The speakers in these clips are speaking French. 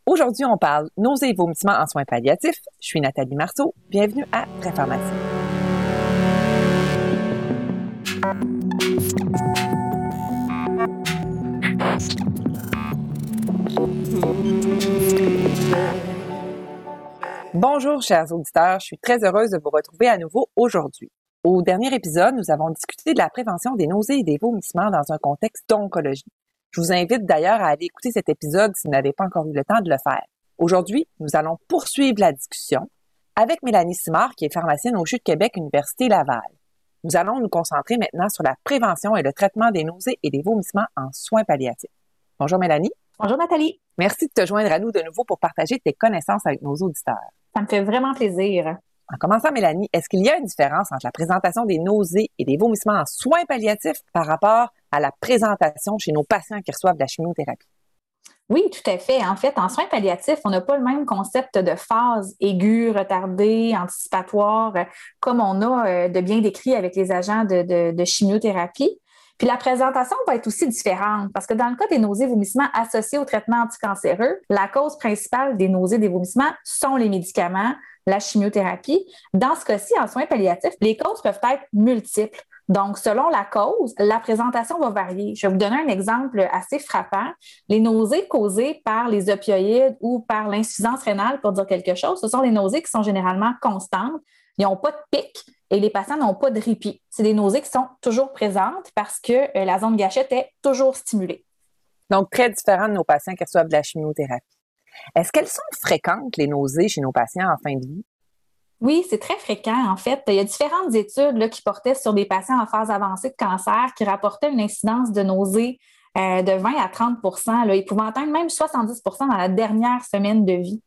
Aujourd'hui, on parle nausées et vomissements en soins palliatifs. Je suis Nathalie Marceau. Bienvenue à Vrai Pharmacie. Bonjour, chers auditeurs. Je suis très heureuse de vous retrouver à nouveau aujourd'hui. Au dernier épisode, nous avons discuté de la prévention des nausées et des vomissements dans un contexte d'oncologie. Je vous invite d'ailleurs à aller écouter cet épisode si vous n'avez pas encore eu le temps de le faire. Aujourd'hui, nous allons poursuivre la discussion avec Mélanie Simard, qui est pharmacienne au CHU de Québec, Université Laval. Nous allons nous concentrer maintenant sur la prévention et le traitement des nausées et des vomissements en soins palliatifs. Bonjour Mélanie. Bonjour Nathalie. Merci de te joindre à nous de nouveau pour partager tes connaissances avec nos auditeurs. Ça me fait vraiment plaisir. En commençant, Mélanie, est-ce qu'il y a une différence entre la présentation des nausées et des vomissements en soins palliatifs par rapport à la présentation chez nos patients qui reçoivent de la chimiothérapie? Oui, tout à fait. En fait, en soins palliatifs, on n'a pas le même concept de phase aiguë, retardée, anticipatoire, comme on a de bien décrit avec les agents de chimiothérapie. Puis la présentation va être aussi différente parce que dans le cas des nausées et vomissements associés au traitement anticancéreux, la cause principale des nausées et des vomissements sont les médicaments, la chimiothérapie. Dans ce cas-ci, en soins palliatifs, les causes peuvent être multiples. Donc, selon la cause, la présentation va varier. Je vais vous donner un exemple assez frappant. Les nausées causées par les opioïdes ou par l'insuffisance rénale, pour dire quelque chose, ce sont des nausées qui sont généralement constantes. Ils n'ont pas de pic et les patients n'ont pas de répit. C'est des nausées qui sont toujours présentes parce que la zone gâchette est toujours stimulée. Donc, très différent de nos patients qui reçoivent de la chimiothérapie. Est-ce qu'elles sont fréquentes, les nausées, chez nos patients en fin de vie? Oui, c'est très fréquent, en fait. Il y a différentes études là, qui portaient sur des patients en phase avancée de cancer qui rapportaient une incidence de nausées de 20 à 30 là. Ils pouvaient atteindre même 70 dans la dernière semaine de vie.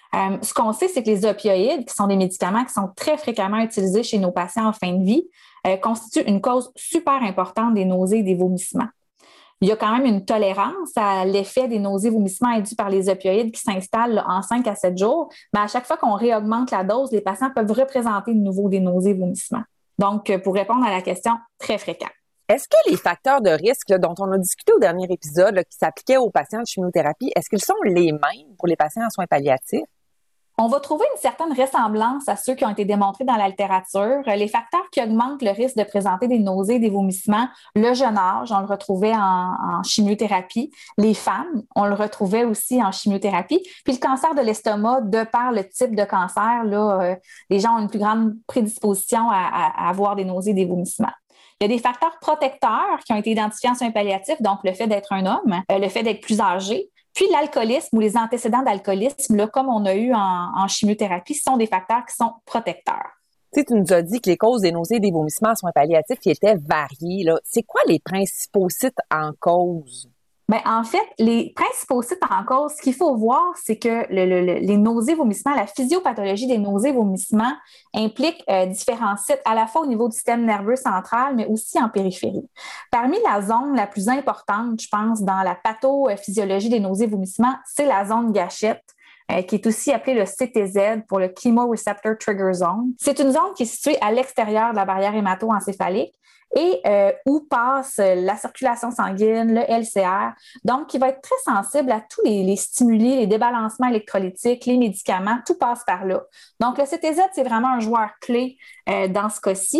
Ce qu'on sait, c'est que les opioïdes, qui sont des médicaments qui sont très fréquemment utilisés chez nos patients en fin de vie, constituent une cause super importante des nausées et des vomissements. Il y a quand même une tolérance à l'effet des nausées et vomissements induits par les opioïdes qui s'installent en 5 à 7 jours. Mais à chaque fois qu'on réaugmente la dose, les patients peuvent représenter de nouveau des nausées et vomissements. Donc, pour répondre à la question, très fréquent. Est-ce que les facteurs de risque dont on a discuté au dernier épisode qui s'appliquaient aux patients de chimiothérapie, est-ce qu'ils sont les mêmes pour les patients en soins palliatifs? On va trouver une certaine ressemblance à ceux qui ont été démontrés dans la littérature. Les facteurs qui augmentent le risque de présenter des nausées, des vomissements, le jeune âge, on le retrouvait en chimiothérapie. Les femmes, on le retrouvait aussi en chimiothérapie. Puis le cancer de l'estomac, de par le type de cancer, les gens ont une plus grande prédisposition à avoir des nausées, des vomissements. Il y a des facteurs protecteurs qui ont été identifiés en soins palliatifs, donc le fait d'être un homme, le fait d'être plus âgé. Puis l'alcoolisme ou les antécédents d'alcoolisme, là, comme on a eu en chimiothérapie, sont des facteurs qui sont protecteurs. Tu sais, tu nous as dit que les causes des nausées et des vomissements en soins palliatifs étaient variées, là. C'est quoi les principaux sites en cause? Bien, en fait, les principaux sites en cause, ce qu'il faut voir, c'est que les nausées, vomissements, la physiopathologie des nausées, vomissements implique différents sites, à la fois au niveau du système nerveux central, mais aussi en périphérie. Parmi la zone la plus importante, je pense, dans la pathophysiologie des nausées, vomissements, c'est la zone gâchette, qui est aussi appelée le CTZ pour le Chemoreceptor Trigger Zone. C'est une zone qui est située à l'extérieur de la barrière hémato-encéphalique et où passe la circulation sanguine, le LCR, donc qui va être très sensible à tous les stimuli, les débalancements électrolytiques, les médicaments, tout passe par là. Donc le CTZ, c'est vraiment un joueur clé dans ce cas-ci.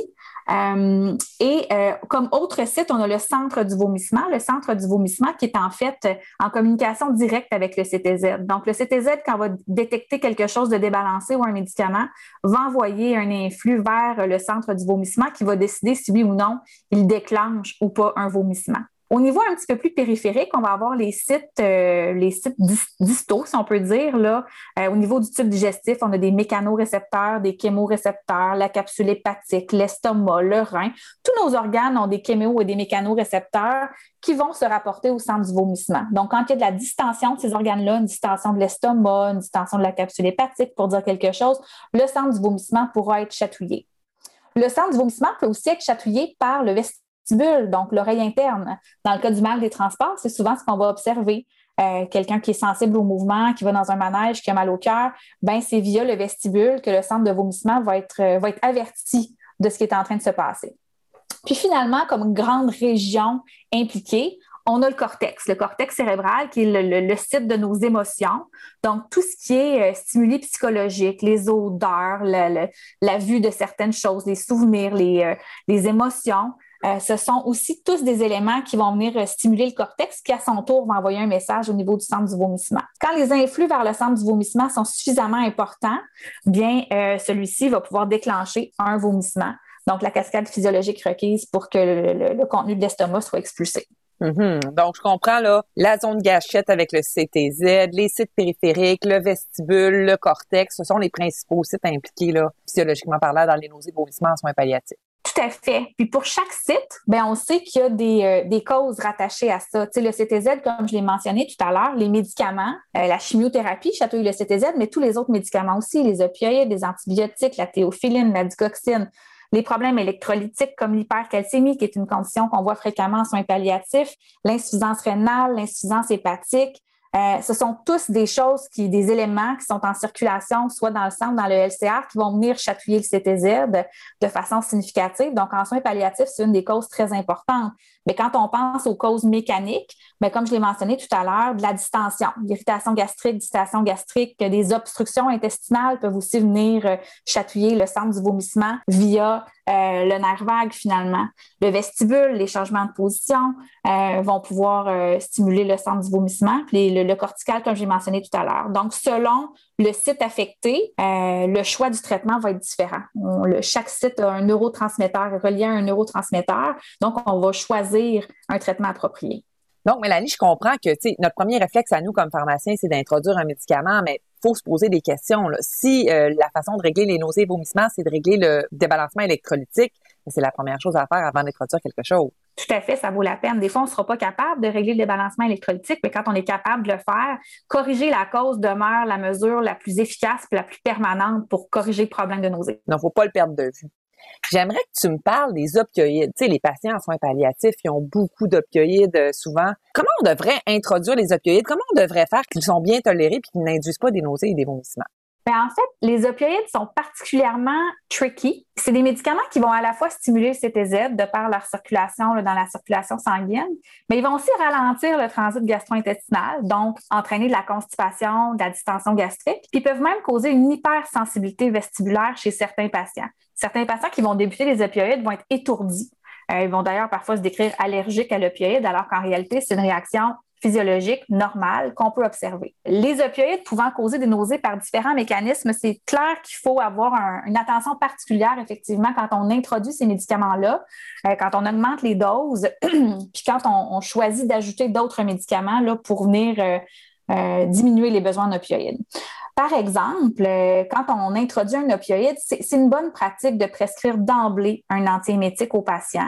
Comme autre site, on a le centre du vomissement qui est en fait en communication directe avec le CTZ. Donc, le CTZ, quand on va détecter quelque chose de débalancé ou un médicament, va envoyer un influx vers le centre du vomissement qui va décider si oui ou non il déclenche ou pas un vomissement. Au niveau un petit peu plus périphérique, on va avoir les sites distaux, si on peut dire. Là, au niveau du tube digestif, on a des mécanorécepteurs, des chémorécepteurs, la capsule hépatique, l'estomac, le rein. Tous nos organes ont des chémo- et des mécanorécepteurs qui vont se rapporter au centre du vomissement. Donc, quand il y a de la distension de ces organes-là, une distension de l'estomac, une distension de la capsule hépatique, pour dire quelque chose, le centre du vomissement pourra être chatouillé. Le centre du vomissement peut aussi être chatouillé par le vestibule, donc l'oreille interne. Dans le cas du mal des transports, c'est souvent ce qu'on va observer. Quelqu'un qui est sensible au mouvement, qui va dans un manège, qui a mal au cœur, ben c'est via le vestibule que le centre de vomissement va être averti de ce qui est en train de se passer. Puis finalement, comme grande région impliquée, on a le cortex cérébral qui est le site de nos émotions. Donc, tout ce qui est stimuli psychologiques, les odeurs, la vue de certaines choses, les souvenirs, les émotions, ce sont aussi tous des éléments qui vont venir stimuler le cortex qui, à son tour, va envoyer un message au niveau du centre du vomissement. Quand les influx vers le centre du vomissement sont suffisamment importants, bien, celui-ci va pouvoir déclencher un vomissement. Donc, la cascade physiologique requise pour que le contenu de l'estomac soit expulsé. Donc, je comprends là, la zone gâchette avec le CTZ, les sites périphériques, le vestibule, le cortex, ce sont les principaux sites impliqués là, physiologiquement parlant dans les nausées, vomissements en soins palliatifs. Tout à fait. Puis pour chaque site, ben on sait qu'il y a des causes rattachées à ça. Tu sais, le CTZ, comme je l'ai mentionné tout à l'heure, les médicaments, la chimiothérapie chatouille le CTZ, mais tous les autres médicaments aussi, les opioïdes, les antibiotiques, la théophiline, la digoxine, les problèmes électrolytiques comme l'hypercalcémie, qui est une condition qu'on voit fréquemment en soins palliatifs, l'insuffisance rénale, l'insuffisance hépatique. Ce sont tous des choses des éléments qui sont en circulation, soit dans le centre, dans le LCR, qui vont venir chatouiller le CTZ de façon significative. Donc, en soins palliatifs, c'est une des causes très importantes. Mais quand on pense aux causes mécaniques, bien, comme je l'ai mentionné tout à l'heure, de la distension, l'irritation gastrique, des obstructions intestinales peuvent aussi venir chatouiller le centre du vomissement via le nerf vague finalement. Le vestibule, les changements de position vont pouvoir stimuler le centre du vomissement, puis le cortical, comme j'ai mentionné tout à l'heure. Donc, selon le site affecté, le choix du traitement va être différent. Chaque site a un neurotransmetteur, relié à un neurotransmetteur, donc on va choisir un traitement approprié. Donc, Mélanie, je comprends que notre premier réflexe à nous comme pharmaciens, c'est d'introduire un médicament, mais il faut se poser des questions. Là. Si la façon de régler les nausées et vomissements, c'est de régler le débalancement électrolytique, c'est la première chose à faire avant d'introduire quelque chose. Tout à fait, ça vaut la peine. Des fois, on ne sera pas capable de régler le débalancement électrolytique, mais quand on est capable de le faire, corriger la cause demeure la mesure la plus efficace et la plus permanente pour corriger le problème de nausée. Donc, il ne faut pas le perdre de vue. J'aimerais que tu me parles des opioïdes. Tu sais, les patients en soins palliatifs, ils ont beaucoup d'opioïdes souvent. Comment on devrait introduire les opioïdes? Comment on devrait faire qu'ils sont bien tolérés et qu'ils n'induisent pas des nausées et des vomissements? Bien, en fait, les opioïdes sont particulièrement tricky. C'est des médicaments qui vont à la fois stimuler le CTZ de par leur circulation dans la circulation sanguine, mais ils vont aussi ralentir le transit gastro-intestinal, donc entraîner de la constipation, de la distension gastrique, puis ils peuvent même causer une hypersensibilité vestibulaire chez certains patients. Certains patients qui vont débuter les opioïdes vont être étourdis. Ils vont d'ailleurs parfois se décrire allergiques à l'opioïde, alors qu'en réalité, c'est une réaction physiologique normale qu'on peut observer. Les opioïdes pouvant causer des nausées par différents mécanismes, c'est clair qu'il faut avoir une attention particulière, effectivement, quand on introduit ces médicaments-là, quand on augmente les doses, puis quand on choisit d'ajouter d'autres médicaments là, pour venir diminuer les besoins en opioïdes. Par exemple, quand on introduit un opioïde, c'est une bonne pratique de prescrire d'emblée un antiémétique au patient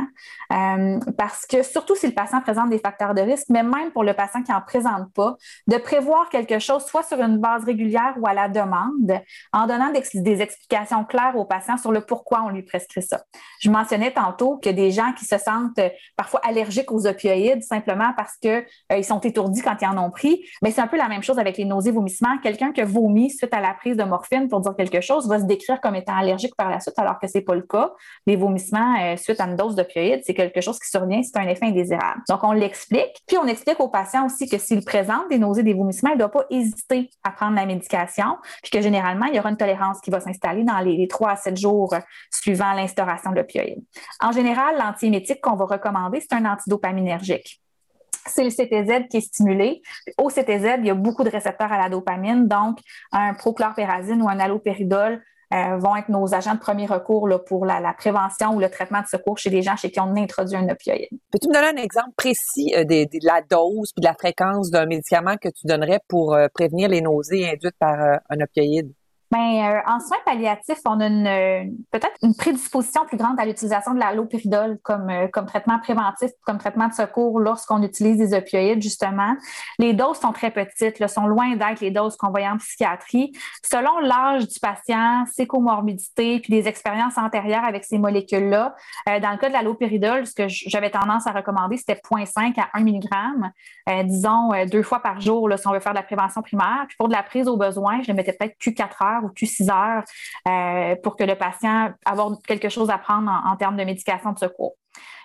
parce que, surtout si le patient présente des facteurs de risque, mais même pour le patient qui n'en présente pas, de prévoir quelque chose soit sur une base régulière ou à la demande, en donnant des explications claires au patient sur le pourquoi on lui prescrit ça. Je mentionnais tantôt que des gens qui se sentent parfois allergiques aux opioïdes simplement parce qu'ils sont étourdis quand ils en ont pris, mais c'est un peu la même chose avec les nausées, vomissements. Quelqu'un qui vomit suite à la prise de morphine pour dire quelque chose va se décrire comme étant allergique par la suite, alors que c'est pas le cas. Les vomissements suite à une dose d'opioïdes, c'est quelque chose qui survient, c'est un effet indésirable. Donc, on l'explique. Puis, on explique au patient aussi que s'il présente des nausées, des vomissements, il ne doit pas hésiter à prendre la médication, puis que généralement, il y aura une tolérance qui va s'installer dans les 3 à 7 jours suivant l'instauration de l'opioïde. En général, l'antiémétique qu'on va recommander, c'est un antidopaminergique. C'est le CTZ qui est stimulé. Au CTZ, il y a beaucoup de récepteurs à la dopamine, donc un prochlorpérazine ou un allopéridol vont être nos agents de premier recours là, pour la prévention ou le traitement de secours chez les gens chez qui on introduit un opioïde. Peux-tu me donner un exemple précis de la dose puis de la fréquence d'un médicament que tu donnerais pour prévenir les nausées induites par un opioïde? Bien, en soins palliatifs, on a peut-être une prédisposition plus grande à l'utilisation de l'allopéridol comme traitement préventif, comme traitement de secours lorsqu'on utilise des opioïdes, justement. Les doses sont très petites, là, sont loin d'être les doses qu'on voyait en psychiatrie. Selon l'âge du patient, ses comorbidités, puis des expériences antérieures avec ces molécules-là, dans le cas de l'allopéridol, ce que j'avais tendance à recommander, c'était 0,5 à 1 mg, disons 2 fois par jour, là, si on veut faire de la prévention primaire. Puis pour de la prise au besoin, je le mettais peut-être Q4 heures ou Q6 heures pour que le patient ait quelque chose à prendre en termes de médication de secours.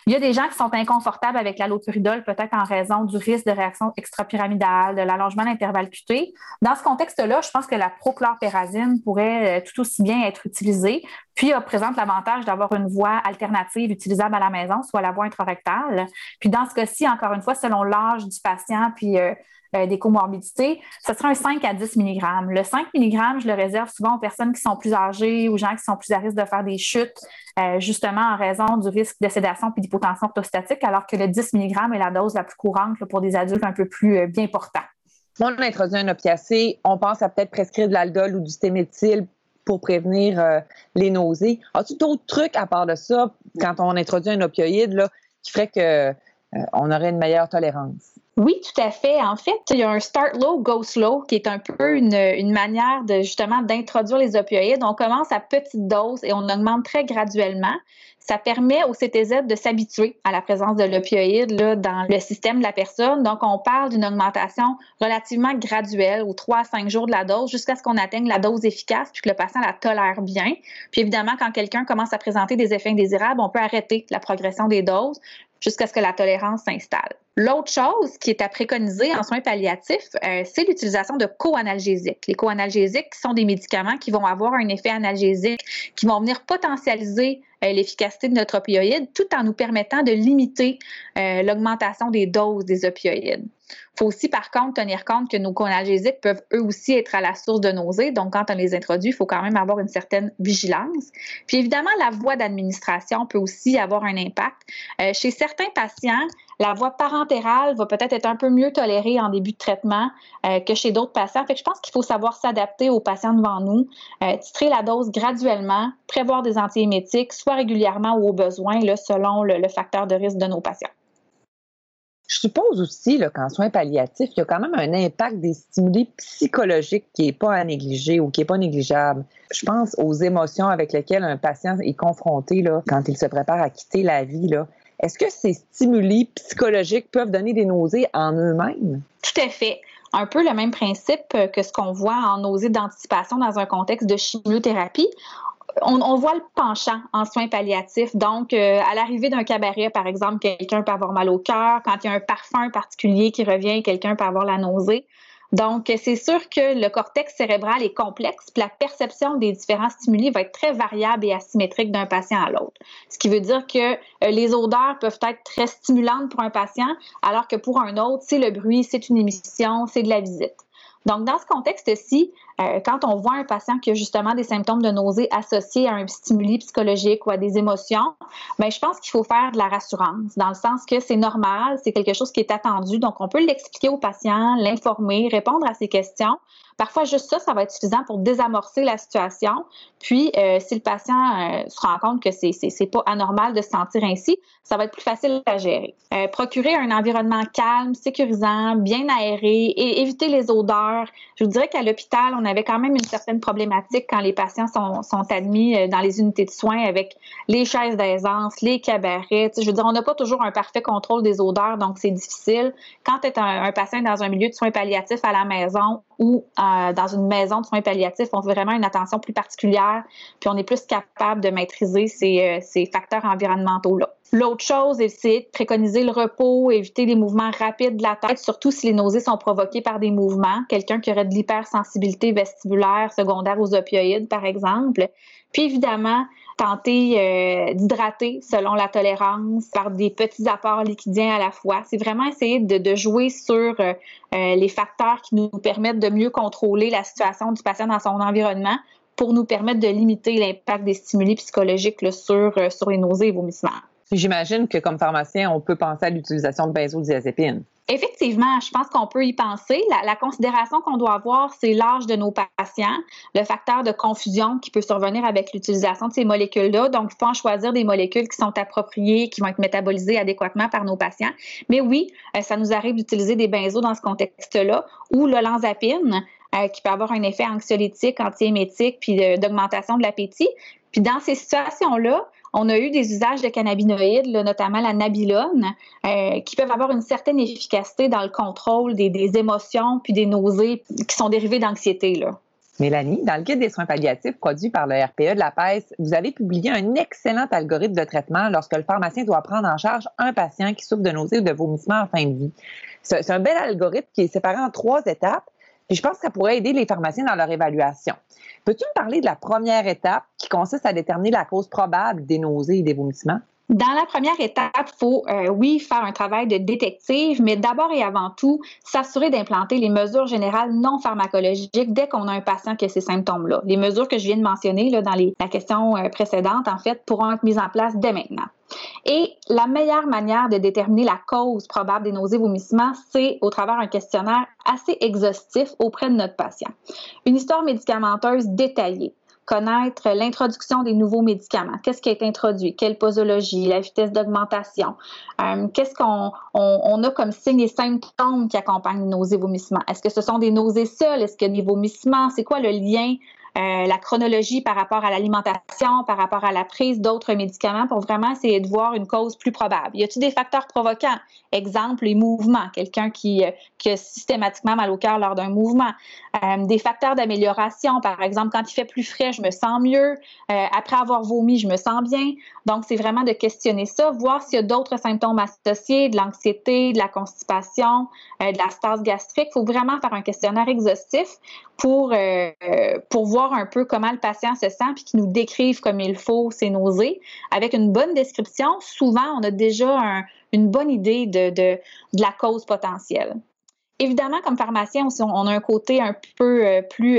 Il y a des gens qui sont inconfortables avec l'haloperidol, peut-être en raison du risque de réaction extrapyramidale, de l'allongement de l'intervalle QT. Dans ce contexte-là, je pense que la prochlorpérazine pourrait tout aussi bien être utilisée, puis présente l'avantage d'avoir une voie alternative utilisable à la maison, soit la voie intrarectale. Puis dans ce cas-ci, encore une fois, selon l'âge du patient, puis des comorbidités, ce serait un 5 à 10 mg. Le 5 mg, je le réserve souvent aux personnes qui sont plus âgées, aux gens qui sont plus à risque de faire des chutes, justement en raison du risque de sédation puis d'hypotension orthostatique, alors que le 10 mg est la dose la plus courante là, pour des adultes un peu plus bien portants. Si on introduit un opiacé, on pense à peut-être prescrire de l'aldol ou du stéméthyle pour prévenir les nausées. As-tu d'autres trucs à part de ça, quand on introduit un opioïde, là, qui ferait qu'on aurait une meilleure tolérance? Oui, tout à fait. En fait, il y a un start low, go slow, qui est un peu une manière de justement d'introduire les opioïdes. On commence à petite dose et on augmente très graduellement. Ça permet au CTZ de s'habituer à la présence de l'opioïde là, dans le système de la personne. Donc, on parle d'une augmentation relativement graduelle aux 3 à 5 jours de la dose jusqu'à ce qu'on atteigne la dose efficace puis que le patient la tolère bien. Puis évidemment, quand quelqu'un commence à présenter des effets indésirables, on peut arrêter la progression des doses jusqu'à ce que la tolérance s'installe. L'autre chose qui est à préconiser en soins palliatifs, c'est l'utilisation de co-analgésiques. Les co-analgésiques sont des médicaments qui vont avoir un effet analgésique, qui vont venir potentialiser l'efficacité de notre opioïde tout en nous permettant de limiter l'augmentation des doses des opioïdes. Il faut aussi, par contre, tenir compte que nos co-analgésiques peuvent eux aussi être à la source de nausées. Donc, quand on les introduit, il faut quand même avoir une certaine vigilance. Puis, évidemment, la voie d'administration peut aussi avoir un impact. Chez certains patients, la voie parentérale va peut-être être un peu mieux tolérée en début de traitement que chez d'autres patients. Fait que je pense qu'il faut savoir s'adapter aux patients devant nous, titrer la dose graduellement, prévoir des antiémétiques, soit régulièrement ou au besoin, là, selon le facteur de risque de nos patients. Je suppose aussi là, qu'en soins palliatifs, il y a quand même un impact des stimuli psychologiques qui n'est pas à négliger ou qui n'est pas négligeable. Je pense aux émotions avec lesquelles un patient est confronté là, quand il se prépare à quitter la vie, là. Est-ce que ces stimuli psychologiques peuvent donner des nausées en eux-mêmes? Tout à fait. Un peu le même principe que ce qu'on voit en nausées d'anticipation dans un contexte de chimiothérapie. On voit le penchant en soins palliatifs. Donc, à l'arrivée d'un cabaret, par exemple, quelqu'un peut avoir mal au cœur. Quand il y a un parfum particulier qui revient, quelqu'un peut avoir la nausée. Donc, c'est sûr que le cortex cérébral est complexe, puis la perception des différents stimuli va être très variable et asymétrique d'un patient à l'autre. Ce qui veut dire que les odeurs peuvent être très stimulantes pour un patient, alors que pour un autre, c'est le bruit, c'est une émission, c'est de la visite. Donc, dans ce contexte-ci, quand on voit un patient qui a justement des symptômes de nausée associés à un stimuli psychologique ou à des émotions, bien, je pense qu'il faut faire de la rassurance, dans le sens que c'est normal, c'est quelque chose qui est attendu. Donc, on peut l'expliquer au patient, l'informer, répondre à ses questions. Parfois, juste ça, ça va être suffisant pour désamorcer la situation. Puis, si le patient se rend compte que c'est pas anormal de se sentir ainsi, ça va être plus facile à gérer. Procurer un environnement calme, sécurisant, bien aéré et éviter les odeurs. Je vous dirais qu'à l'hôpital, on avait quand même une certaine problématique quand les patients sont admis dans les unités de soins avec les chaises d'aisance, les cabarets. Je veux dire, on n'a pas toujours un parfait contrôle des odeurs, donc c'est difficile. Quand tu es un patient dans un milieu de soins palliatifs à la maison ou dans une maison de soins palliatifs, on fait vraiment une attention plus particulière, puis on est plus capable de maîtriser ces facteurs environnementaux-là. L'autre chose, c'est de préconiser le repos, éviter les mouvements rapides de la tête, surtout si les nausées sont provoquées par des mouvements. Quelqu'un qui aurait de l'hypersensibilité vestibulaire secondaire aux opioïdes, par exemple. Puis évidemment, tenter d'hydrater selon la tolérance par des petits apports liquidiens à la fois. C'est vraiment essayer de jouer sur les facteurs qui nous permettent de mieux contrôler la situation du patient dans son environnement pour nous permettre de limiter l'impact des stimuli psychologiques là, sur les nausées et vomissements. J'imagine que comme pharmacien, on peut penser à l'utilisation de benzodiazépines. Effectivement, je pense qu'on peut y penser. La considération qu'on doit avoir, c'est l'âge de nos patients, le facteur de confusion qui peut survenir avec l'utilisation de ces molécules-là. Donc, il faut en choisir des molécules qui sont appropriées, qui vont être métabolisées adéquatement par nos patients. Mais oui, ça nous arrive d'utiliser des benzos dans ce contexte-là ou l'olanzapine, qui peut avoir un effet anxiolytique, antiémétique, puis d'augmentation de l'appétit. Puis dans ces situations-là, on a eu des usages de cannabinoïdes, là, notamment la nabilone, qui peuvent avoir une certaine efficacité dans le contrôle des émotions puis des nausées qui sont dérivées d'anxiété, là. Mélanie, dans le guide des soins palliatifs produit par le RPE de la PES, vous avez publié un excellent algorithme de traitement lorsque le pharmacien doit prendre en charge un patient qui souffre de nausées ou de vomissements en fin de vie. C'est un bel algorithme qui est séparé en 3 étapes, puis je pense que ça pourrait aider les pharmaciens dans leur évaluation. Peux-tu me parler de la première étape qui consiste à déterminer la cause probable des nausées et des vomissements? Dans la première étape, il faut, faire un travail de détective, mais d'abord et avant tout, s'assurer d'implanter les mesures générales non pharmacologiques dès qu'on a un patient qui a ces symptômes-là. Les mesures que je viens de mentionner là, dans la question précédente, en fait, pourront être mises en place dès maintenant. Et la meilleure manière de déterminer la cause probable des nausées et vomissements, c'est au travers d'un questionnaire assez exhaustif auprès de notre patient. Une histoire médicamenteuse détaillée. Connaître l'introduction des nouveaux médicaments. Qu'est-ce qui a été introduit? Quelle posologie? La vitesse d'augmentation? Qu'est-ce qu'on a comme signes et symptômes qui accompagnent les nausées et vomissements? Est-ce que ce sont des nausées seules? Est-ce qu'il y a des vomissements? C'est quoi le lien? La chronologie par rapport à l'alimentation, par rapport à la prise d'autres médicaments pour vraiment essayer de voir une cause plus probable. Y a-t-il des facteurs provoquants? Exemple, les mouvements. Quelqu'un qui a systématiquement mal au cœur lors d'un mouvement. Des facteurs d'amélioration. Par exemple, quand il fait plus frais, je me sens mieux. Après avoir vomi, je me sens bien. Donc, c'est vraiment de questionner ça, voir s'il y a d'autres symptômes associés, de l'anxiété, de la constipation, de la stase gastrique. Il faut vraiment faire un questionnaire exhaustif pour voir un peu comment le patient se sent puis qu'il nous décrive comme il faut ses nausées. Avec une bonne description, souvent, on a déjà une bonne idée de la cause potentielle. Évidemment, comme pharmacien, on a un côté un peu plus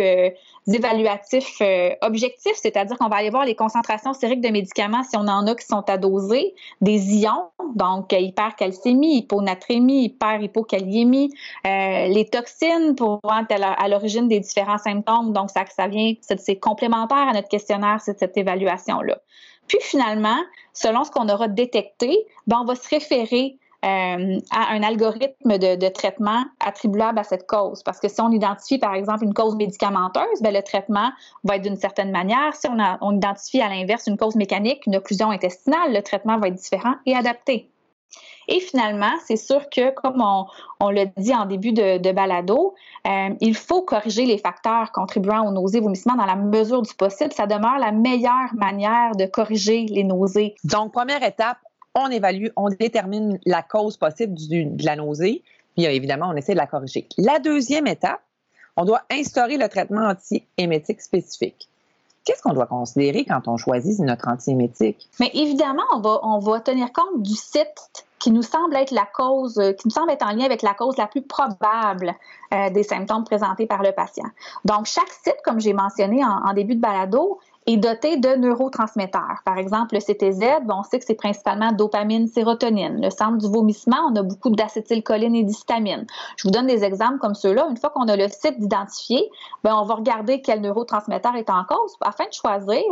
évaluatif, objectif, c'est-à-dire qu'on va aller voir les concentrations sériques de médicaments si on en a qui sont à doser, des ions, donc hypercalcémie, hyponatrémie, hyperhypokaliémie, les toxines pour être à l'origine des différents symptômes, donc ça vient, c'est complémentaire à notre questionnaire, c'est cette évaluation-là. Puis finalement, selon ce qu'on aura détecté, on va se référer à un algorithme de traitement attribuable à cette cause. Parce que si on identifie, par exemple, une cause médicamenteuse, le traitement va être d'une certaine manière. Si on identifie à l'inverse une cause mécanique, une occlusion intestinale, le traitement va être différent et adapté. Et finalement, c'est sûr que, comme on l'a dit en début de balado, il faut corriger les facteurs contribuant aux nausées et vomissements dans la mesure du possible. Ça demeure la meilleure manière de corriger les nausées. Donc, première étape, on évalue, on détermine la cause possible de la nausée, puis évidemment, on essaie de la corriger. La deuxième étape, on doit instaurer le traitement antiémétique spécifique. Qu'est-ce qu'on doit considérer quand on choisit notre antiémétique? Mais évidemment, on va tenir compte du site qui nous semble être la cause, qui nous semble être en lien avec la cause la plus probable des symptômes présentés par le patient. Donc, chaque site, comme j'ai mentionné en début de balado, est doté de neurotransmetteurs. Par exemple, le CTZ, on sait que c'est principalement dopamine, sérotonine. Le centre du vomissement, on a beaucoup d'acétylcholine et d'histamine. Je vous donne des exemples comme ceux-là. Une fois qu'on a le site d'identifié, on va regarder quel neurotransmetteur est en cause afin de choisir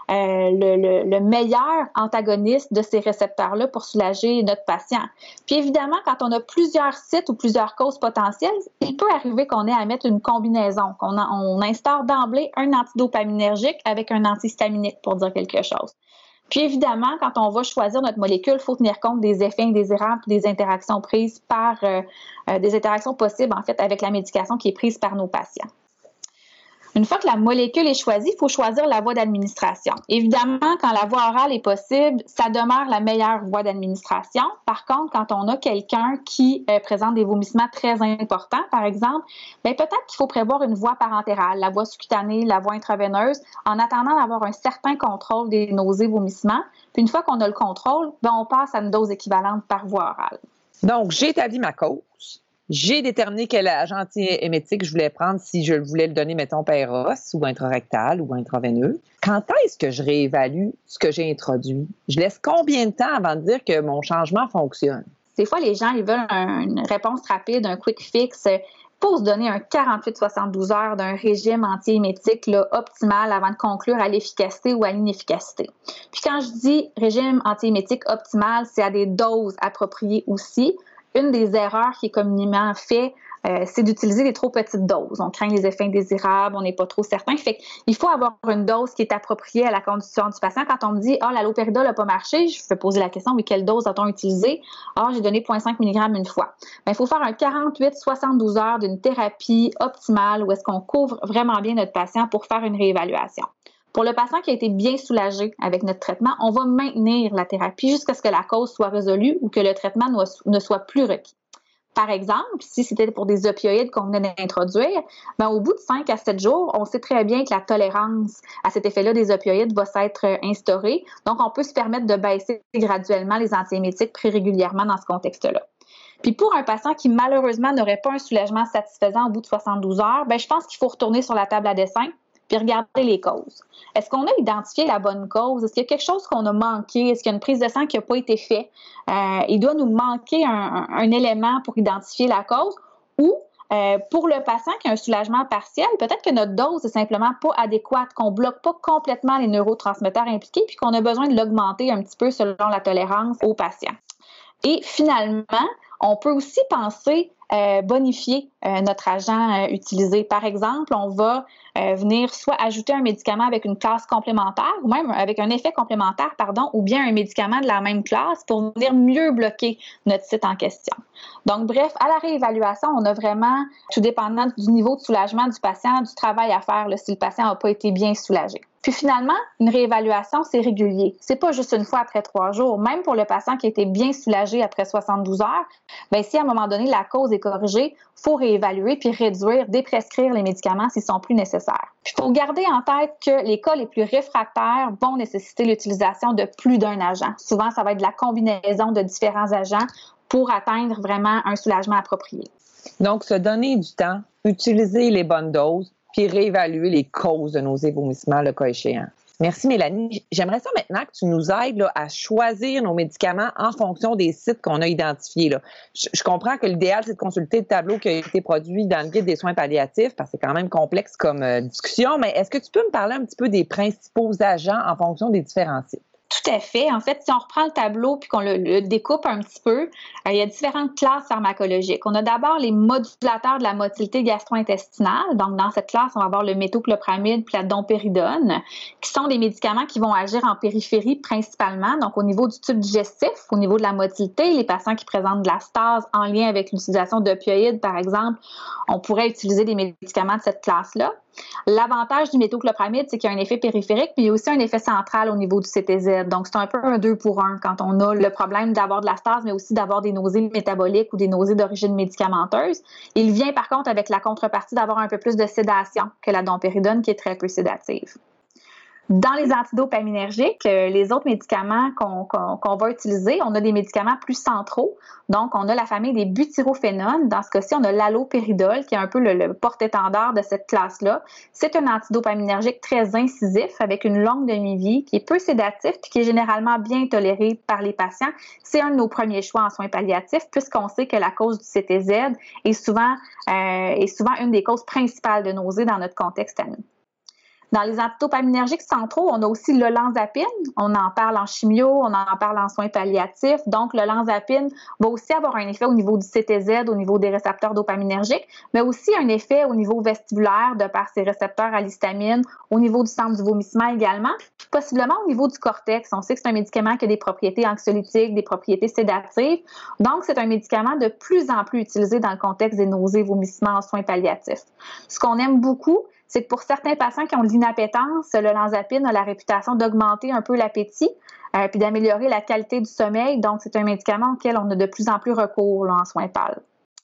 le meilleur antagoniste de ces récepteurs-là pour soulager notre patient. Puis évidemment, quand on a plusieurs sites ou plusieurs causes potentielles, il peut arriver qu'on ait à mettre une combinaison, on instaure d'emblée un antidopaminergique avec un antihistaminique pour dire quelque chose. Puis évidemment, quand on va choisir notre molécule, il faut tenir compte des effets indésirables et des interactions prises des interactions possibles en fait avec la médication qui est prise par nos patients. Une fois que la molécule est choisie, il faut choisir la voie d'administration. Évidemment, quand la voie orale est possible, ça demeure la meilleure voie d'administration. Par contre, quand on a quelqu'un qui présente des vomissements très importants, par exemple, peut-être qu'il faut prévoir une voie parentérale, la voie sous-cutanée, la voie intraveineuse, en attendant d'avoir un certain contrôle des nausées, vomissements. Puis une fois qu'on a le contrôle, on passe à une dose équivalente par voie orale. Donc, j'ai établi ma cause. J'ai déterminé quel agent antiémétique je voulais prendre si je voulais le donner, mettons, par os ou intrarectal ou intraveineux. Quand est-ce que je réévalue ce que j'ai introduit? Je laisse combien de temps avant de dire que mon changement fonctionne? Des fois, les gens, ils veulent une réponse rapide, un quick fix pour se donner un 48-72 heures d'un régime antiémétique optimal avant de conclure à l'efficacité ou à l'inefficacité. Puis quand je dis régime antiémétique optimal, c'est à des doses appropriées aussi. Une des erreurs qui est communément faite c'est d'utiliser des trop petites doses. On craint les effets indésirables, on n'est pas trop certain. Fait qu'il faut avoir une dose qui est appropriée à la condition du patient. Quand on me dit « Ah, l'allopéridol n'a pas marché », je vais poser la question « Oui, quelle dose a-t-on utilisé? » « Ah, j'ai donné 0,5 mg une fois. » Bien, il faut faire un 48-72 heures d'une thérapie optimale où est-ce qu'on couvre vraiment bien notre patient pour faire une réévaluation. Pour le patient qui a été bien soulagé avec notre traitement, on va maintenir la thérapie jusqu'à ce que la cause soit résolue ou que le traitement ne soit plus requis. Par exemple, si c'était pour des opioïdes qu'on venait d'introduire, bien, au bout de 5 à 7 jours, on sait très bien que la tolérance à cet effet-là des opioïdes va s'être instaurée. Donc, on peut se permettre de baisser graduellement les antiémétiques pris régulièrement dans ce contexte-là. Puis pour un patient qui malheureusement n'aurait pas un soulagement satisfaisant au bout de 72 heures, bien, je pense qu'il faut retourner sur la table à dessin puis regarder les causes. Est-ce qu'on a identifié la bonne cause? Est-ce qu'il y a quelque chose qu'on a manqué? Est-ce qu'il y a une prise de sang qui n'a pas été faite? Il doit nous manquer un élément pour identifier la cause. Ou pour le patient qui a un soulagement partiel, peut-être que notre dose n'est simplement pas adéquate, qu'on ne bloque pas complètement les neurotransmetteurs impliqués puis qu'on a besoin de l'augmenter un petit peu selon la tolérance au patient. Et finalement, on peut aussi penser bonifier notre agent utilisé. Par exemple, on va venir soit ajouter un médicament avec une classe complémentaire ou même avec un effet complémentaire, ou bien un médicament de la même classe pour venir mieux bloquer notre site en question. Donc, bref, à la réévaluation, on a vraiment, tout dépendant du niveau de soulagement du patient, du travail à faire là, si le patient n'a pas été bien soulagé. Puis finalement, une réévaluation, c'est régulier. C'est pas juste une fois après 3 jours. Même pour le patient qui a été bien soulagé après 72 heures, bien, si à un moment donné, la cause est corrigée, il faut réévaluer puis réduire, déprescrire les médicaments s'ils sont plus nécessaires. Il faut garder en tête que les cas les plus réfractaires vont nécessiter l'utilisation de plus d'un agent. Souvent, ça va être de la combinaison de différents agents pour atteindre vraiment un soulagement approprié. Donc, se donner du temps, utiliser les bonnes doses, puis réévaluer les causes de nausées et vomissements, le cas échéant. Merci, Mélanie. J'aimerais ça maintenant que tu nous aides là, à choisir nos médicaments en fonction des sites qu'on a identifiés. Là. Je comprends que l'idéal, c'est de consulter le tableau qui a été produit dans le guide des soins palliatifs, parce que c'est quand même complexe comme discussion, mais est-ce que tu peux me parler un petit peu des principaux agents en fonction des différents sites? Tout à fait. En fait, si on reprend le tableau puis qu'on le découpe un petit peu, il y a différentes classes pharmacologiques. On a d'abord les modulateurs de la motilité gastro-intestinale. Donc, dans cette classe, on va avoir le méthoclopramide puis la domperidone, qui sont des médicaments qui vont agir en périphérie principalement, donc au niveau du tube digestif, au niveau de la motilité. Les patients qui présentent de la stase en lien avec l'utilisation d'opioïdes, par exemple, on pourrait utiliser des médicaments de cette classe-là. L'avantage du méthoclopramide, c'est qu'il y a un effet périphérique, mais il y a aussi un effet central au niveau du CTZ. Donc, c'est un peu un 2 pour 1 quand on a le problème d'avoir de la stase, mais aussi d'avoir des nausées métaboliques ou des nausées d'origine médicamenteuse. Il vient par contre avec la contrepartie d'avoir un peu plus de sédation que la domperidone, qui est très peu sédative. Dans les antidopaminergiques, les autres médicaments qu'on va utiliser, on a des médicaments plus centraux. Donc, on a la famille des butyrophénones. Dans ce cas-ci, on a l'allopéridol, qui est un peu le porte-étendard de cette classe-là. C'est un antidopaminergique très incisif, avec une longue demi-vie, qui est peu sédatif et qui est généralement bien toléré par les patients. C'est un de nos premiers choix en soins palliatifs, puisqu'on sait que la cause du CTZ est souvent une des causes principales de nausées dans notre contexte à nous. Dans les antidopaminergiques centraux, on a aussi l'olanzapine. On en parle en chimio, on en parle en soins palliatifs. Donc, l'olanzapine va aussi avoir un effet au niveau du CTZ, au niveau des récepteurs dopaminergiques, mais aussi un effet au niveau vestibulaire de par ses récepteurs à l'histamine, au niveau du centre du vomissement également, puis possiblement au niveau du cortex. On sait que c'est un médicament qui a des propriétés anxiolytiques, des propriétés sédatives. Donc, c'est un médicament de plus en plus utilisé dans le contexte des nausées et vomissements en soins palliatifs. Ce qu'on aime beaucoup, c'est que pour certains patients qui ont de l'inappétence, l'olanzapine a la réputation d'augmenter un peu l'appétit puis d'améliorer la qualité du sommeil. Donc, c'est un médicament auquel on a de plus en plus recours là, en soins pal.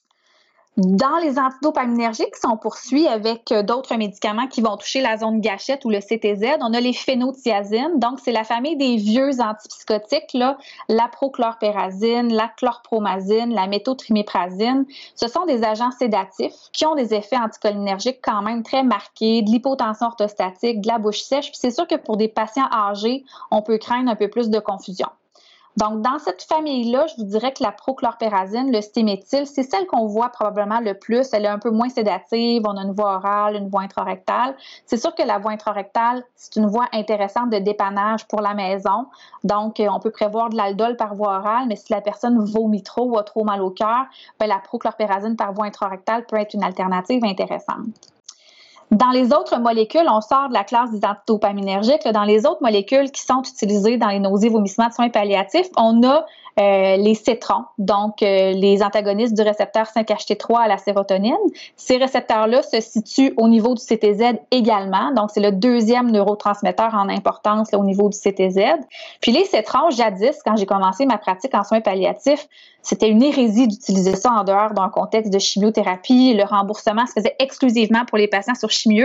Dans les antidopaminergiques, si on poursuit avec d'autres médicaments qui vont toucher la zone gâchette ou le CTZ, on a les phénothiazines. Donc, c'est la famille des vieux antipsychotiques, là, la prochlorpérazine, la chlorpromazine, la méthotriméprazine. Ce sont des agents sédatifs qui ont des effets anticholinergiques quand même très marqués, de l'hypotension orthostatique, de la bouche sèche. Puis c'est sûr que pour des patients âgés, on peut craindre un peu plus de confusion. Donc, dans cette famille-là, je vous dirais que la prochlorpérazine, le stiméthyle, c'est celle qu'on voit probablement le plus. Elle est un peu moins sédative, on a une voie orale, une voie intrarectale. C'est sûr que la voie intrarectale, c'est une voie intéressante de dépannage pour la maison. Donc, on peut prévoir de l'aldol par voie orale, mais si la personne vomit trop ou a trop mal au cœur, la prochlorpérazine par voie intrarectale peut être une alternative intéressante. Dans les autres molécules, on sort de la classe des antidopaminergiques. Dans les autres molécules qui sont utilisées dans les nausées, vomissements de soins palliatifs, on a les cétrons, donc les antagonistes du récepteur 5-HT3 à la sérotonine. Ces récepteurs-là se situent au niveau du CTZ également, donc c'est le deuxième neurotransmetteur en importance là, au niveau du CTZ. Puis les cétrons, jadis, quand j'ai commencé ma pratique en soins palliatifs, c'était une hérésie d'utiliser ça en dehors d'un contexte de chimiothérapie. Le remboursement se faisait exclusivement pour les patients sur chimio.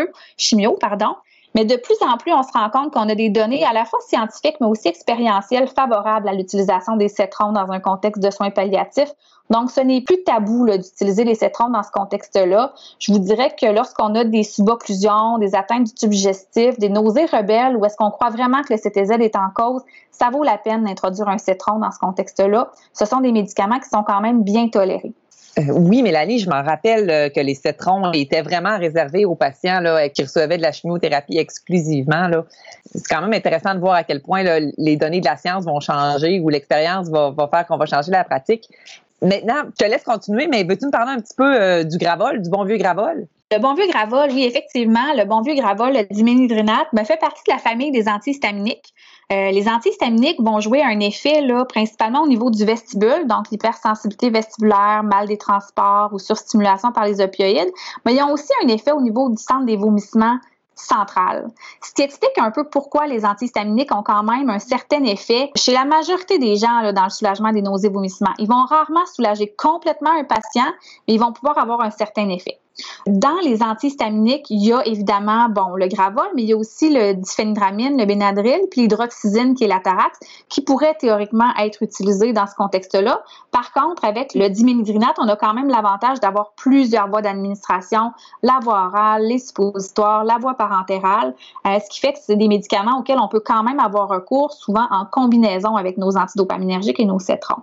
Mais de plus en plus, on se rend compte qu'on a des données à la fois scientifiques, mais aussi expérientielles favorables à l'utilisation des cétrons dans un contexte de soins palliatifs. Donc, ce n'est plus tabou là, d'utiliser les cétrons dans ce contexte-là. Je vous dirais que lorsqu'on a des subocclusions, des atteintes du tube digestif, des nausées rebelles, où est-ce qu'on croit vraiment que le CTZ est en cause, ça vaut la peine d'introduire un cétron dans ce contexte-là. Ce sont des médicaments qui sont quand même bien tolérés. Oui, Mélanie, je m'en rappelle que les cétrons étaient vraiment réservés aux patients là, qui recevaient de la chimiothérapie exclusivement. Là. C'est quand même intéressant de voir à quel point là, les données de la science vont changer ou l'expérience va faire qu'on va changer la pratique. Maintenant, je te laisse continuer, mais veux-tu me parler un petit peu du Gravol, du bon vieux Gravol? Le bon vieux Gravol, oui, effectivement, le bon vieux Gravol, le diménhydrinate, fait partie de la famille des antihistaminiques. Les antihistaminiques vont jouer un effet là, principalement au niveau du vestibule, donc l'hypersensibilité vestibulaire, mal des transports ou surstimulation par les opioïdes, mais ils ont aussi un effet au niveau du centre des vomissements central. Ce qui explique un peu pourquoi les antihistaminiques ont quand même un certain effet chez la majorité des gens là, dans le soulagement des nausées et vomissements. Ils vont rarement soulager complètement un patient, mais ils vont pouvoir avoir un certain effet. Dans les antihistaminiques, il y a évidemment le Gravol, mais il y a aussi le diphénhydramine, le Benadryl, puis l'hydroxyzine qui est l'Atarax, qui pourrait théoriquement être utilisé dans ce contexte-là. Par contre, avec le diménhydrinate, on a quand même l'avantage d'avoir plusieurs voies d'administration, la voie orale, les suppositoires, la voie parentérale, ce qui fait que c'est des médicaments auxquels on peut quand même avoir recours, souvent en combinaison avec nos antidopaminergiques et nos cétrons.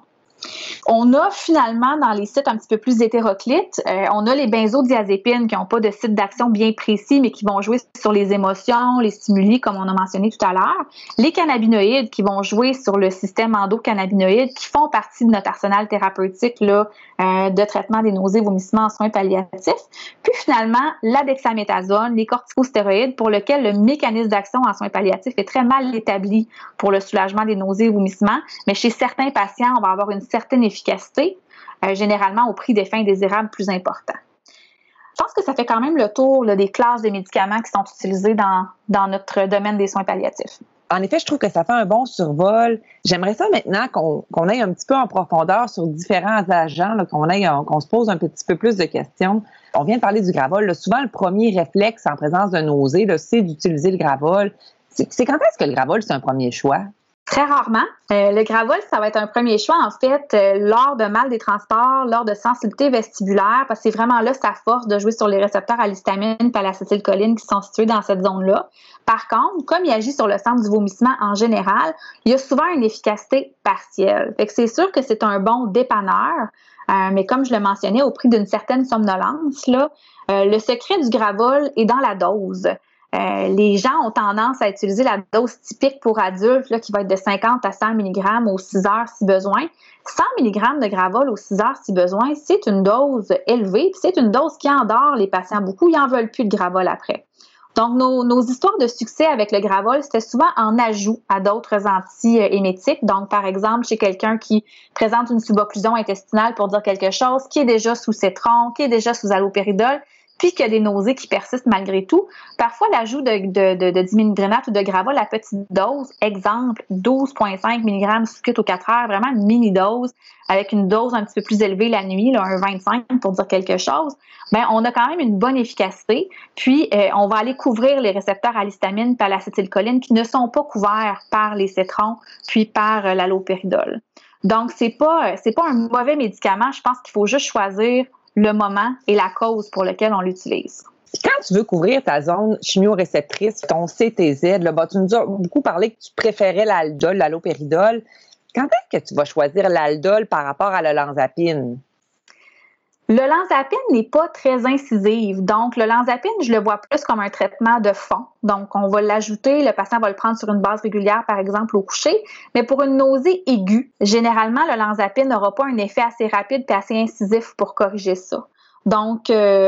On a finalement dans les sites un petit peu plus hétéroclites, on a les benzodiazépines qui n'ont pas de site d'action bien précis, mais qui vont jouer sur les émotions, les stimuli, comme on a mentionné tout à l'heure. Les cannabinoïdes qui vont jouer sur le système endocannabinoïde, qui font partie de notre arsenal thérapeutique là, de traitement des nausées, vomissements en soins palliatifs. Puis finalement, la dexaméthasone, les corticostéroïdes, pour lequel le mécanisme d'action en soins palliatifs est très mal établi pour le soulagement des nausées et vomissements, mais chez certains patients, on va avoir une certaine efficacité, généralement au prix des fins indésirables plus importants. Je pense que ça fait quand même le tour là, des classes de médicaments qui sont utilisés dans notre domaine des soins palliatifs. En effet, je trouve que ça fait un bon survol. J'aimerais ça maintenant qu'on aille un petit peu en profondeur sur différents agents, là, qu'on se pose un petit peu plus de questions. On vient de parler du Gravol. Là. Souvent, le premier réflexe en présence de nausée, là, c'est d'utiliser le Gravol. C'est quand est-ce que le Gravol, c'est un premier choix? Très rarement. Le Gravol, ça va être un premier choix, en fait, lors de mal des transports, lors de sensibilité vestibulaire, parce que c'est vraiment là sa force de jouer sur les récepteurs à l'histamine et à l'acétylcholine qui sont situés dans cette zone-là. Par contre, comme il agit sur le centre du vomissement en général, il y a souvent une efficacité partielle. Fait que c'est sûr que c'est un bon dépanneur, mais comme je le mentionnais, au prix d'une certaine somnolence, là, le secret du Gravol est dans la dose. Les gens ont tendance à utiliser la dose typique pour adultes là, qui va être de 50 à 100 mg aux 6 heures si besoin. 100 mg de Gravol aux 6 heures si besoin, c'est une dose élevée, puis c'est une dose qui endort les patients beaucoup. Ils n'en veulent plus de Gravol après. Donc, nos histoires de succès avec le Gravol, c'était souvent en ajout à d'autres antiémétiques. Donc, par exemple, chez quelqu'un qui présente une subocclusion intestinale pour dire quelque chose, qui est déjà sous cétron, qui est déjà sous allopéridol, puis qu'il y a des nausées qui persistent malgré tout. Parfois, l'ajout de diménhydrinate ou de Gravol à petite dose, exemple 12,5 mg sous cuite aux 4 heures, vraiment une mini-dose, avec une dose un petit peu plus élevée la nuit, là, un 25 pour dire quelque chose, on a quand même une bonne efficacité. Puis, on va aller couvrir les récepteurs à l'histamine et à l'acétylcholine qui ne sont pas couverts par les cétrons puis par l'allopéridol. Donc, c'est pas un mauvais médicament. Je pense qu'il faut juste choisir le moment et la cause pour lequel on l'utilise. Quand tu veux couvrir ta zone chimioréceptrice, ton CTZ, là, tu nous as beaucoup parlé que tu préférais l'aldol, l'allopéridol. Quand est-ce que tu vas choisir l'aldol par rapport à l'olanzapine? Le Lanzapine n'est pas très incisif. Donc, le Lanzapine, je le vois plus comme un traitement de fond. Donc, on va l'ajouter, le patient va le prendre sur une base régulière, par exemple, au coucher. Mais pour une nausée aiguë, généralement, le Lanzapine n'aura pas un effet assez rapide et assez incisif pour corriger ça. Donc,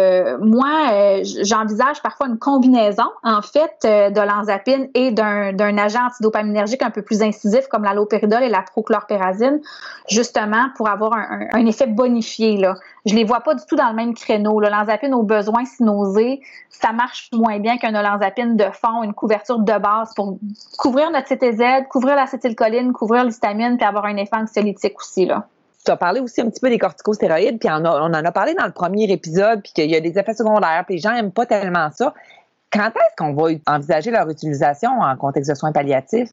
moi, j'envisage parfois une combinaison, en fait, de l'olanzapine et d'un agent antidopaminergique un peu plus incisif comme l'allopéridol et la prochlorpérazine, justement pour avoir un effet bonifié, là. Je les vois pas du tout dans le même créneau. L'olanzapine au besoin sinosé, ça marche moins bien qu'un olanzapine de fond, une couverture de base pour couvrir notre CTZ, couvrir l'acétylcholine, couvrir l'histamine, puis avoir un effet anxiolytique aussi, là. Tu as parlé aussi un petit peu des corticostéroïdes, puis on en a parlé dans le premier épisode, puis qu'il y a des effets secondaires, puis les gens n'aiment pas tellement ça. Quand est-ce qu'on va envisager leur utilisation en contexte de soins palliatifs?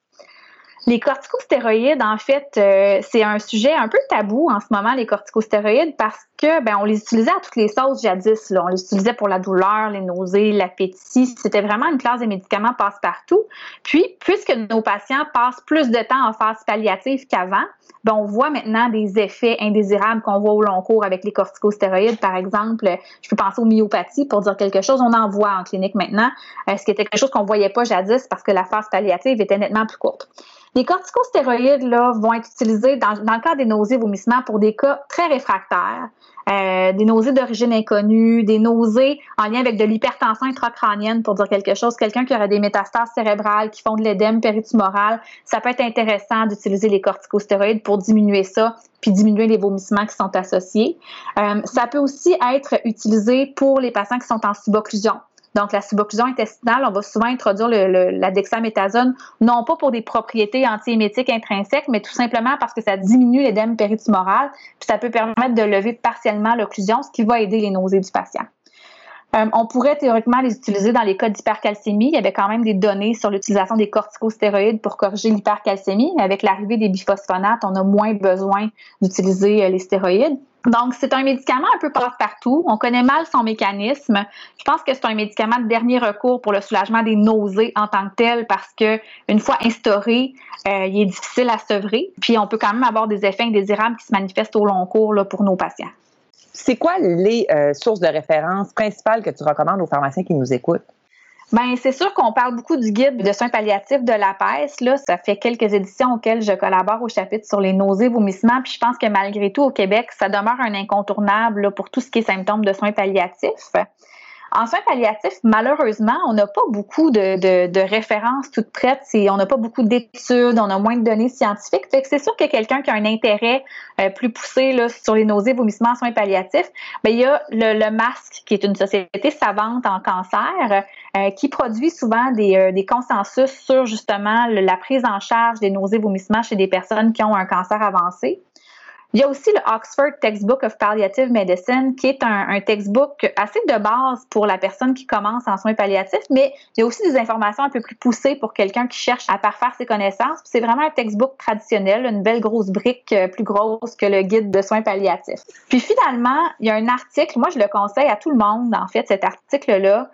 Les corticostéroïdes, en fait, c'est un sujet un peu tabou en ce moment, les corticostéroïdes, parce que on les utilisait à toutes les sauces jadis. Là. On les utilisait pour la douleur, les nausées, l'appétit. C'était vraiment une classe de médicaments passe-partout. Puis, puisque nos patients passent plus de temps en phase palliative qu'avant, on voit maintenant des effets indésirables qu'on voit au long cours avec les corticostéroïdes. Par exemple, je peux penser aux myopathies pour dire quelque chose. On en voit en clinique maintenant, ce qui était quelque chose qu'on ne voyait pas jadis parce que la phase palliative était nettement plus courte. Les corticostéroïdes là, vont être utilisés dans le cas des nausées, vomissements pour des cas très réfractaires, des nausées d'origine inconnue, des nausées en lien avec de l'hypertension intracrânienne pour dire quelque chose, quelqu'un qui aurait des métastases cérébrales, qui font de l'édème péritumoral, ça peut être intéressant d'utiliser les corticostéroïdes pour diminuer ça puis diminuer les vomissements qui sont associés. Ça peut aussi être utilisé pour les patients qui sont en subocclusion. Donc, la subocclusion intestinale, on va souvent introduire la dexaméthasone, non pas pour des propriétés antiémétiques intrinsèques, mais tout simplement parce que ça diminue l'édème péritumoral, puis ça peut permettre de lever partiellement l'occlusion, ce qui va aider les nausées du patient. On pourrait théoriquement les utiliser dans les cas d'hypercalcémie. Il y avait quand même des données sur l'utilisation des corticostéroïdes pour corriger l'hypercalcémie. Avec l'arrivée des biphosphonates, on a moins besoin d'utiliser les stéroïdes. Donc, c'est un médicament un peu passe-partout. On connaît mal son mécanisme. Je pense que c'est un médicament de dernier recours pour le soulagement des nausées en tant que tel parce que une fois instauré, il est difficile à sevrer. Puis, on peut quand même avoir des effets indésirables qui se manifestent au long cours là, pour nos patients. C'est quoi les sources de référence principales que tu recommandes aux pharmaciens qui nous écoutent? C'est sûr qu'on parle beaucoup du guide de soins palliatifs de l'APES. Là, ça fait quelques éditions auxquelles je collabore au chapitre sur les nausées, vomissements. Puis je pense que malgré tout, au Québec, ça demeure un incontournable là, pour tout ce qui est symptômes de soins palliatifs. En soins palliatifs, malheureusement, on n'a pas beaucoup de références toutes prêtes. On n'a pas beaucoup d'études, on a moins de données scientifiques. Fait que c'est sûr que quelqu'un qui a un intérêt plus poussé là, sur les nausées, vomissements, soins palliatifs, il y a le MASC, qui est une société savante en cancer, qui produit souvent des consensus sur justement la prise en charge des nausées, vomissements chez des personnes qui ont un cancer avancé. Il y a aussi le Oxford Textbook of Palliative Medicine, qui est un textbook assez de base pour la personne qui commence en soins palliatifs, mais il y a aussi des informations un peu plus poussées pour quelqu'un qui cherche à parfaire ses connaissances. Puis c'est vraiment un textbook traditionnel, une belle grosse brique plus grosse que le guide de soins palliatifs. Puis finalement, il y a un article, moi je le conseille à tout le monde, en fait, cet article-là.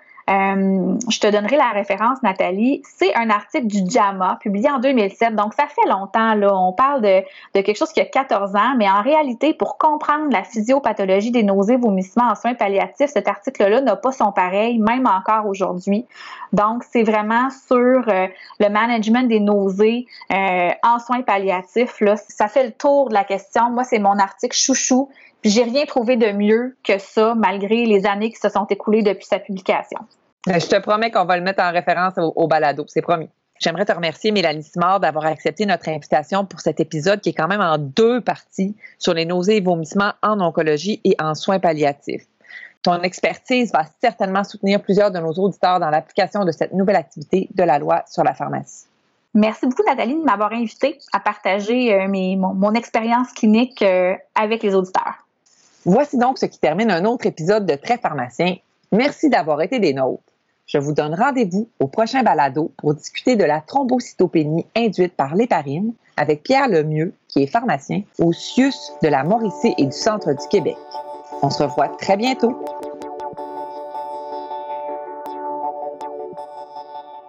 Je te donnerai la référence, Nathalie. C'est un article du JAMA, publié en 2007. Donc, ça fait longtemps, là. On parle de quelque chose qui a 14 ans, mais en réalité, pour comprendre la physiopathologie des nausées, vomissements en soins palliatifs, cet article-là n'a pas son pareil, même encore aujourd'hui. Donc, c'est vraiment sur le management des nausées en soins palliatifs, là. Ça fait le tour de la question. Moi, c'est mon article chouchou. Puis j'ai rien trouvé de mieux que ça, malgré les années qui se sont écoulées depuis sa publication. Je te promets qu'on va le mettre en référence au balado, c'est promis. J'aimerais te remercier, Mélanie Simard, d'avoir accepté notre invitation pour cet épisode qui est quand même en 2 parties sur les nausées et vomissements en oncologie et en soins palliatifs. Ton expertise va certainement soutenir plusieurs de nos auditeurs dans l'application de cette nouvelle activité de la loi sur la pharmacie. Merci beaucoup, Nathalie, de m'avoir invitée à partager mon expérience clinique avec les auditeurs. Voici donc ce qui termine un autre épisode de Très pharmacien. Merci d'avoir été des nôtres. Je vous donne rendez-vous au prochain balado pour discuter de la thrombocytopénie induite par l'héparine avec Pierre Lemieux, qui est pharmacien au CIUS de la Mauricie et du Centre du Québec. On se revoit très bientôt.